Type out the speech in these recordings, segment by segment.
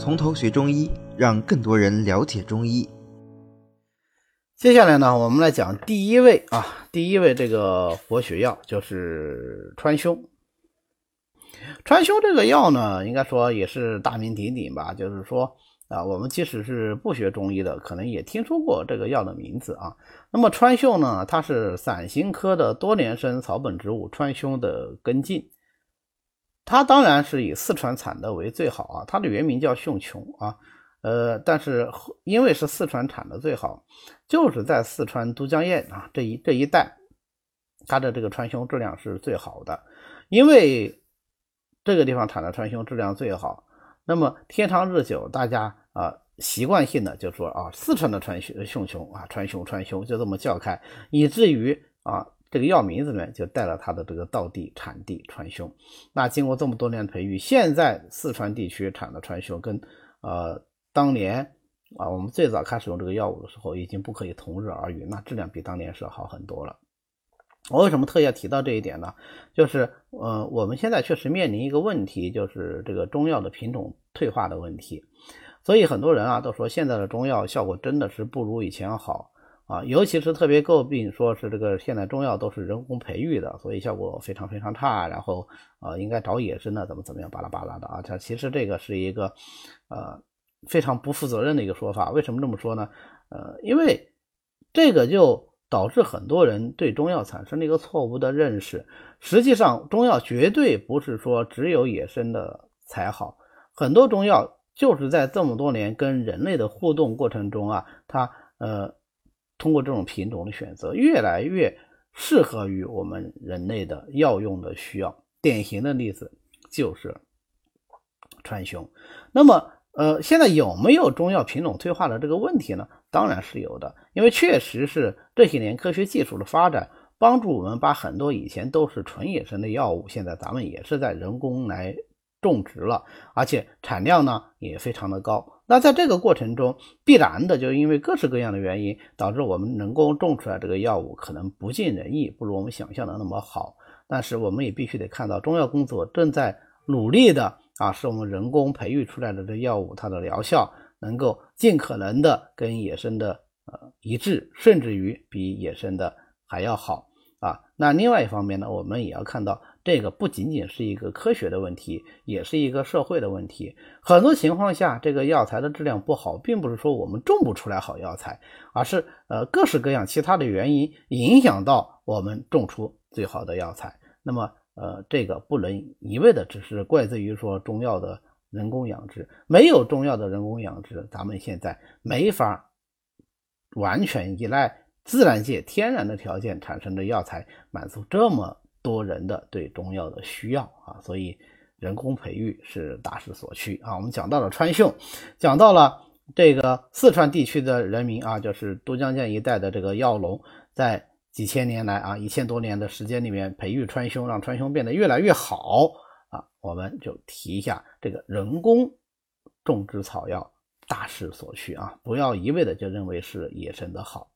从头学中医，让更多人了解中医。 接下来呢，我们来讲第一位这个活血药就是川芎。川芎这个药呢，应该说也是大名鼎鼎吧，就是说我们即使是不学中医的，可能也听说过这个药的名字啊。那么川芎呢，它是伞形科的多年生草本植物川芎的根茎。它当然是以四川产的为最好啊，它的原名叫芎琼啊，但是因为是四川产的最好，就是在四川都江堰啊这一带，它的这个川芎质量是最好的，因为这个地方产的川芎质量最好，那么天长日久，大家习惯性的就说四川的芎琼川芎就这么叫开，以至于这个药名字里面就带了它的这个道地产地川芎。那经过这么多年的培育，现在四川地区产的川芎跟当年我们最早开始用这个药物的时候已经不可以同日而语，那质量比当年是好很多了。我为什么特意要提到这一点呢？就是我们现在确实面临一个问题，就是这个中药的品种退化的问题。所以很多人都说现在的中药效果真的是不如以前好尤其是特别诟病说是这个现在中药都是人工培育的，所以效果非常非常差，然后应该找野生的怎么样巴拉巴拉的它其实这个是一个非常不负责任的一个说法。为什么这么说呢？因为这个就导致很多人对中药产生了一个错误的认识。实际上中药绝对不是说只有野生的才好，很多中药就是在这么多年跟人类的互动过程中它通过这种品种的选择越来越适合于我们人类的药用的需要。典型的例子就是川芎。那么现在有没有中药品种退化的这个问题呢？当然是有的，因为确实是这些年科学技术的发展帮助我们把很多以前都是纯野生的药物，现在咱们也是在人工来种植了，而且产量呢也非常的高。那在这个过程中必然的就因为各式各样的原因，导致我们人工种出来这个药物可能不尽人意，不如我们想象的那么好。但是我们也必须得看到中药工作正在努力的使我们人工培育出来的这药物它的疗效能够尽可能的跟野生的一致，甚至于比野生的还要好那另外一方面呢，我们也要看到这个不仅仅是一个科学的问题，也是一个社会的问题。很多情况下这个药材的质量不好，并不是说我们种不出来好药材，而是各式各样其他的原因影响到我们种出最好的药材。那么这个不能一味的只是怪罪于说中药的人工养殖，没有中药的人工养殖，咱们现在没法完全依赖自然界天然的条件产生的药材满足这么多人的对中药的需要所以人工培育是大势所趋我们讲到了川芎，讲到了这个四川地区的人民就是都江堰一带的这个药农，在几千年来1000多年的时间里面培育川芎，让川芎变得越来越好我们就提一下这个人工种植草药大势所趋不要一味的就认为是野生的好。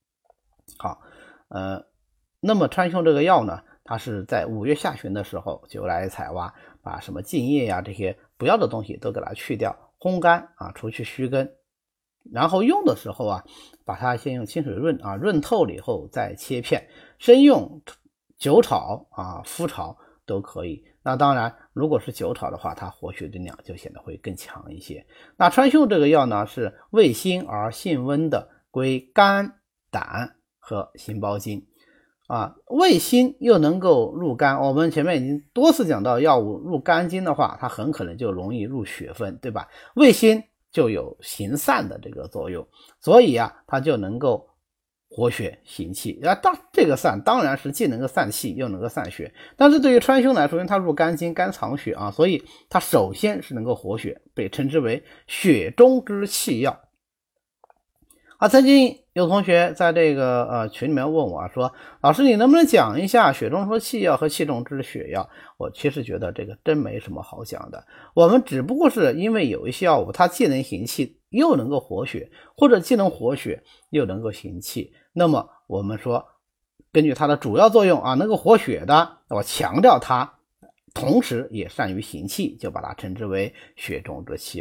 那么川芎这个药呢，它是在5月下旬的时候就来采挖，把什么茎叶这些不要的东西都给它去掉，烘干除去须根，然后用的时候把它先用清水润透了以后再切片，生用酒炒麸炒都可以。那当然如果是酒炒的话，它活血力量就显得会更强一些。那川芎这个药呢，是味辛而性温的，归肝胆和心包经味辛又能够入肝，我们前面已经多次讲到，药物入肝经的话，它很可能就容易入血分，对吧？味辛就有行散的这个作用，所以它就能够活血行气。这个散当然是既能够散气又能够散血，但是对于川芎来说，因为它入肝经，肝藏血所以它首先是能够活血，被称之为血中之气药曾经有同学在这个群里面问我说，老师你能不能讲一下血中之气药和气中之血药？我其实觉得这个真没什么好讲的，我们只不过是因为有一些药物它既能行气又能够活血，或者既能活血又能够行气，那么我们说根据它的主要作用能够活血的，我强调它同时也善于行气，就把它称之为血中之气药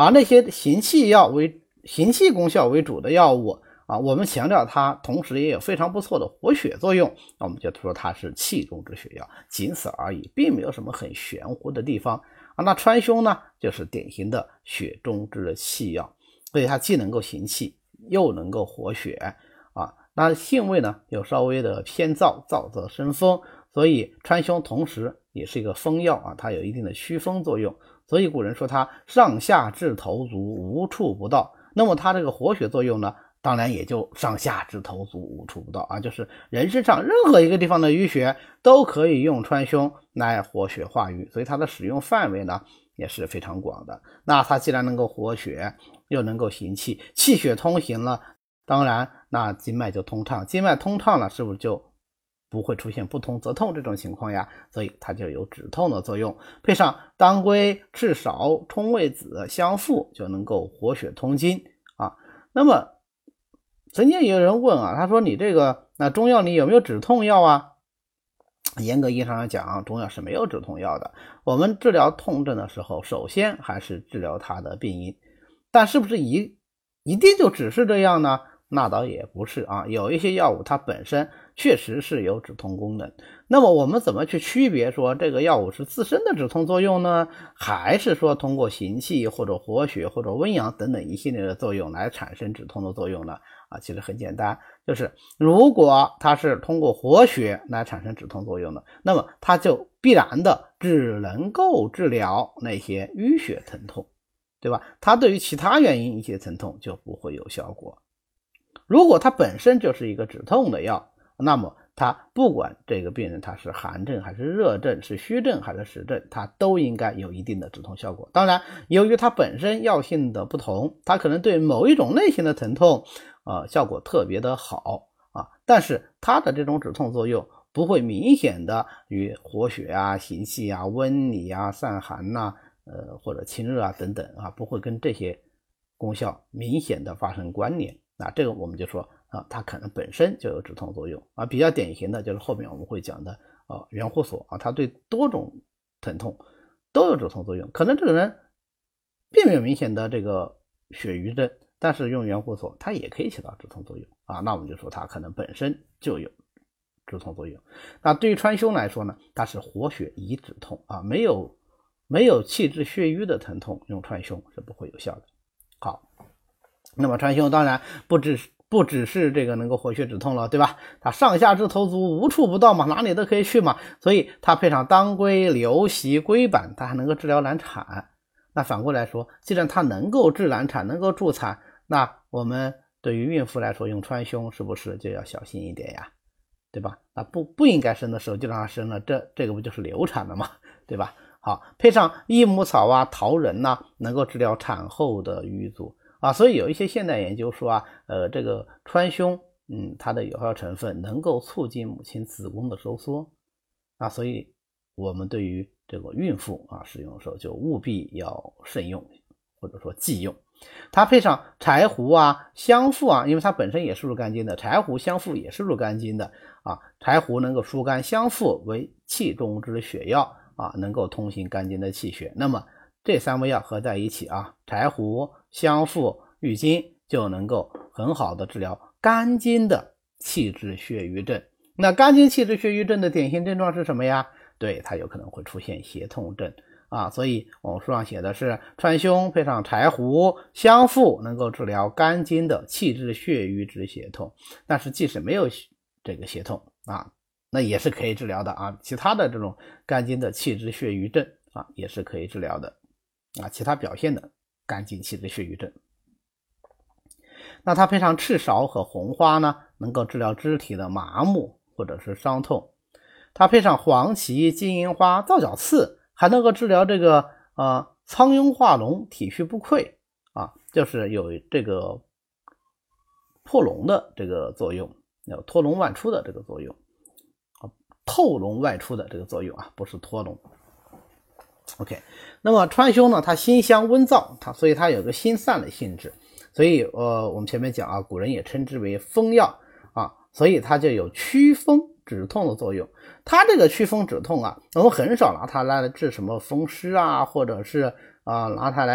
那些行气功效为主的药物我们强调它同时也有非常不错的活血作用，那我们就说它是气中之血药，仅此而已，并没有什么很玄乎的地方那川芎呢，就是典型的血中之气药，所以它既能够行气，又能够活血那性味呢有稍微的偏燥，燥则生风，所以川芎同时也是一个风药它有一定的祛风作用，所以古人说它上下至头足无处不到。那么它这个活血作用呢，当然也就上下至头足无处不到就是人身上任何一个地方的淤血都可以用川芎来活血化瘀，所以它的使用范围呢也是非常广的。那它既然能够活血，又能够行气，气血通行了，当然那经脉就通畅，经脉通畅了，是不是就不会出现不通则痛这种情况呀？所以它就有止痛的作用，配上当归、赤芍、冲味子、香附，就能够活血通经那么曾经有人问他说你这个中药里有没有止痛药严格意义上来讲，中药是没有止痛药的。我们治疗痛症的时候，首先还是治疗它的病因，但是不是一定就只是这样呢？那倒也不是有一些药物它本身确实是有止痛功能，那么我们怎么去区别说这个药物是自身的止痛作用呢，还是说通过行气或者活血或者温阳等等一系列的作用来产生止痛的作用呢？其实很简单，就是如果它是通过活血来产生止痛作用的，那么它就必然的只能够治疗那些淤血疼痛，对吧？它对于其他原因引起的疼痛就不会有效果。如果它本身就是一个止痛的药，那么它不管这个病人他是寒症还是热症，是虚症还是实症，它都应该有一定的止痛效果。当然由于它本身药性的不同，它可能对某一种类型的疼痛效果特别的好但是它的这种止痛作用不会明显的与活血行气温里散寒或者清热等等不会跟这些功效明显的发生关联。这个我们就说它可能本身就有止痛作用比较典型的就是后面我们会讲的圆胡索它对多种疼痛都有止痛作用，可能这个人并没有明显的这个血瘀症，但是用圆胡索它也可以起到止痛作用那我们就说它可能本身就有止痛作用。那对于川芎来说呢，它是活血以止痛没有气滞血瘀的疼痛，用川芎是不会有效的。好，那么川芎当然不只是这个能够活血止痛了，对吧？它上下至头足无处不到嘛，哪里都可以去嘛，所以它配上当归、刘席、龟板，它还能够治疗难产。那反过来说，既然它能够治难产，能够助产，那我们对于孕妇来说用川芎是不是就要小心一点呀？对吧？不应该生的时候就让它生了，这个不就是流产了吗？对吧？好，配上益母草桃仁能够治疗产后的瘀阻所以有一些现代研究说这个川芎它的有效成分能够促进母亲子宫的收缩所以我们对于这个孕妇使用的时候就务必要慎用，或者说忌用。它配上柴胡香附因为它本身也是入肝经的，柴胡香附也是入肝经的柴胡能够疏肝，香附为气中之血药能够通行肝经的气血，那么这三味药合在一起柴胡、香附、郁金就能够很好的治疗肝经的气滞血瘀症。那肝经气滞血瘀症的典型症状是什么呀？对，它有可能会出现胁痛症所以我们书上写的是川芎配上柴胡、香附能够治疗肝经的气滞血瘀之胁痛。但是即使没有这个胁痛那也是可以治疗的其他的这种肝经的气滞血瘀症也是可以治疗的其他表现的肝经气滞血瘀症。那它配上赤芍和红花呢，能够治疗肢体的麻木或者是伤痛。它配上黄芪、金银花、皂角刺，还能够治疗这个苍痈化脓、体虚不溃就是有这个破脓的这个作用，有脱脓外出的这个作用透脓外出的这个作用不是脱脓。OK， 那么川芎呢，它辛香温燥，所以它有个辛散的性质，所以我们前面讲古人也称之为风药所以它就有祛风止痛的作用。它这个祛风止痛我们很少拿它来治什么风湿或者是拿它来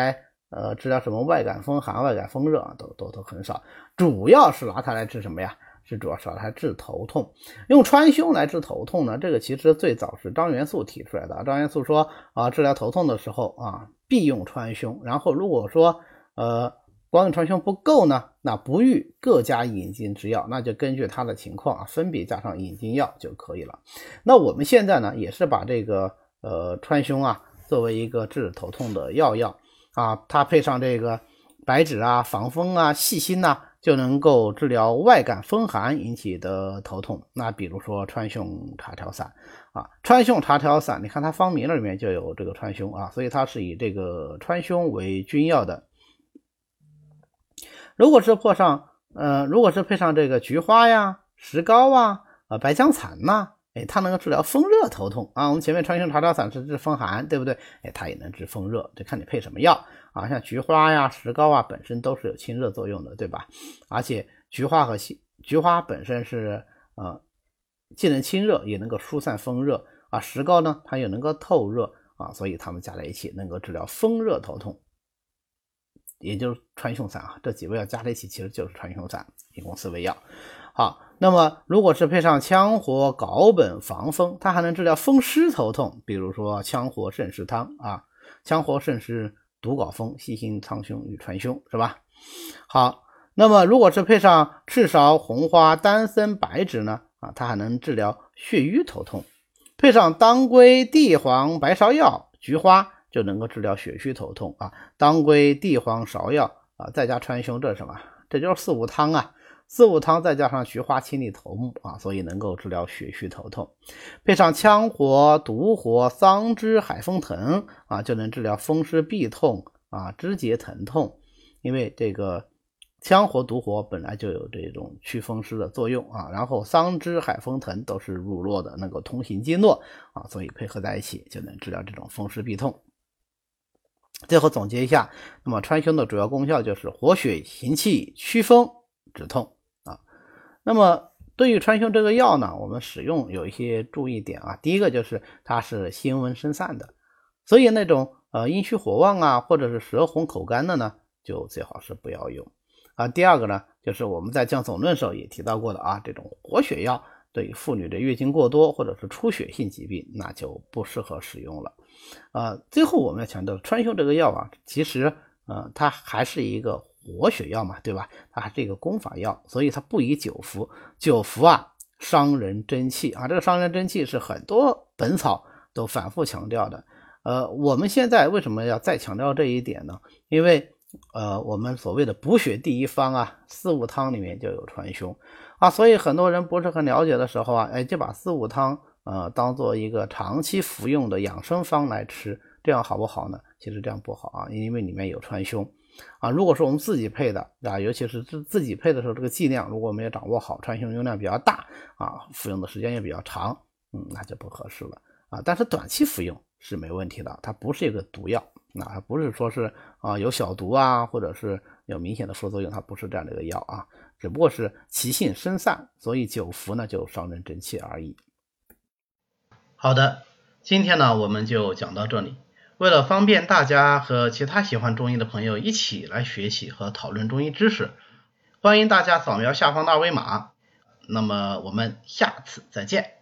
治疗什么外感风寒、外感风热都很少，主要是拿它来治什么呀？主要是拿它治头痛。用川芎来治头痛呢，这个其实最早是张元素提出来的。张元素说治疗头痛的时候必用川芎，然后如果说光用川芎不够呢，那不欲各加引经之药，那就根据他的情况分别加上引经药就可以了。那我们现在呢也是把这个川芎作为一个治头痛的药它配上这个白芷防风细辛就能够治疗外感风寒引起的头痛。那比如说川芎茶调散川芎茶调散，你看它方名里面就有这个川芎所以它是以这个川芎为君药的。如果是配上这个菊花石膏白姜蚕它能够治疗风热头痛我们前面川芎茶调散是治风寒，对不对？它也能治风热，就看你配什么药像菊花石膏本身都是有清热作用的，对吧？而且菊花本身是既能清热也能够疏散风热石膏呢它又能够透热所以它们加在一起能够治疗风热头痛，也就是川芎散这几味药加在一起其实就是川芎散，一共4味药。好，那么如果是配上羌活、藁本、防风，它还能治疗风湿头痛，比如说羌活肾湿汤羌活肾湿独缟风、细辛苍芎与川芎，是吧？好，那么如果是配上赤芍、红花、丹参、白芷呢它还能治疗血瘀头痛，配上当归、地黄、白芍药、菊花就能够治疗血虚头痛当归、地黄、芍药再加川芎，这是什么？这就是四物汤四物汤再加上菊花清理头目所以能够治疗血虚头痛。配上羌活、独活、桑枝、海风藤就能治疗风湿痹痛肢节疼痛，因为这个羌活、独活本来就有这种祛风湿的作用然后桑枝、海风藤都是乳络的，能够通行经络所以配合在一起就能治疗这种风湿痹痛。最后总结一下，那么川芎的主要功效就是活血行气、祛风止痛那么对于川芎这个药呢，我们使用有一些注意点第一个就是它是辛温生散的，所以那种阴虚火旺或者是舌红口干的呢，就最好是不要用第二个呢，就是我们在降总论时候也提到过的这种活血药对于妇女的月经过多或者是出血性疾病那就不适合使用了最后我们要强调川芎这个药其实它还是一个活血药嘛，对吧？它还是一个功法药，所以它不宜久服。久服伤人真气这个伤人真气是很多本草都反复强调的我们现在为什么要再强调这一点呢？因为我们所谓的补血第一方四物汤里面就有川芎所以很多人不是很了解的时候就把四物汤当做一个长期服用的养生方来吃，这样好不好呢？其实这样不好因为里面有川芎如果是我们自己配的尤其是自己配的时候，这个剂量如果没有掌握好，川芎用量比较大服用的时间也比较长那就不合适了但是短期服用是没问题的，它不是一个毒药它不是说是有小毒或者是有明显的副作用，它不是这样的一个药只不过是其性生散，所以久服呢就伤人真气而已。好的，今天呢我们就讲到这里。为了方便大家和其他喜欢中医的朋友一起来学习和讨论中医知识，欢迎大家扫描下方的二维码。那么我们下次再见。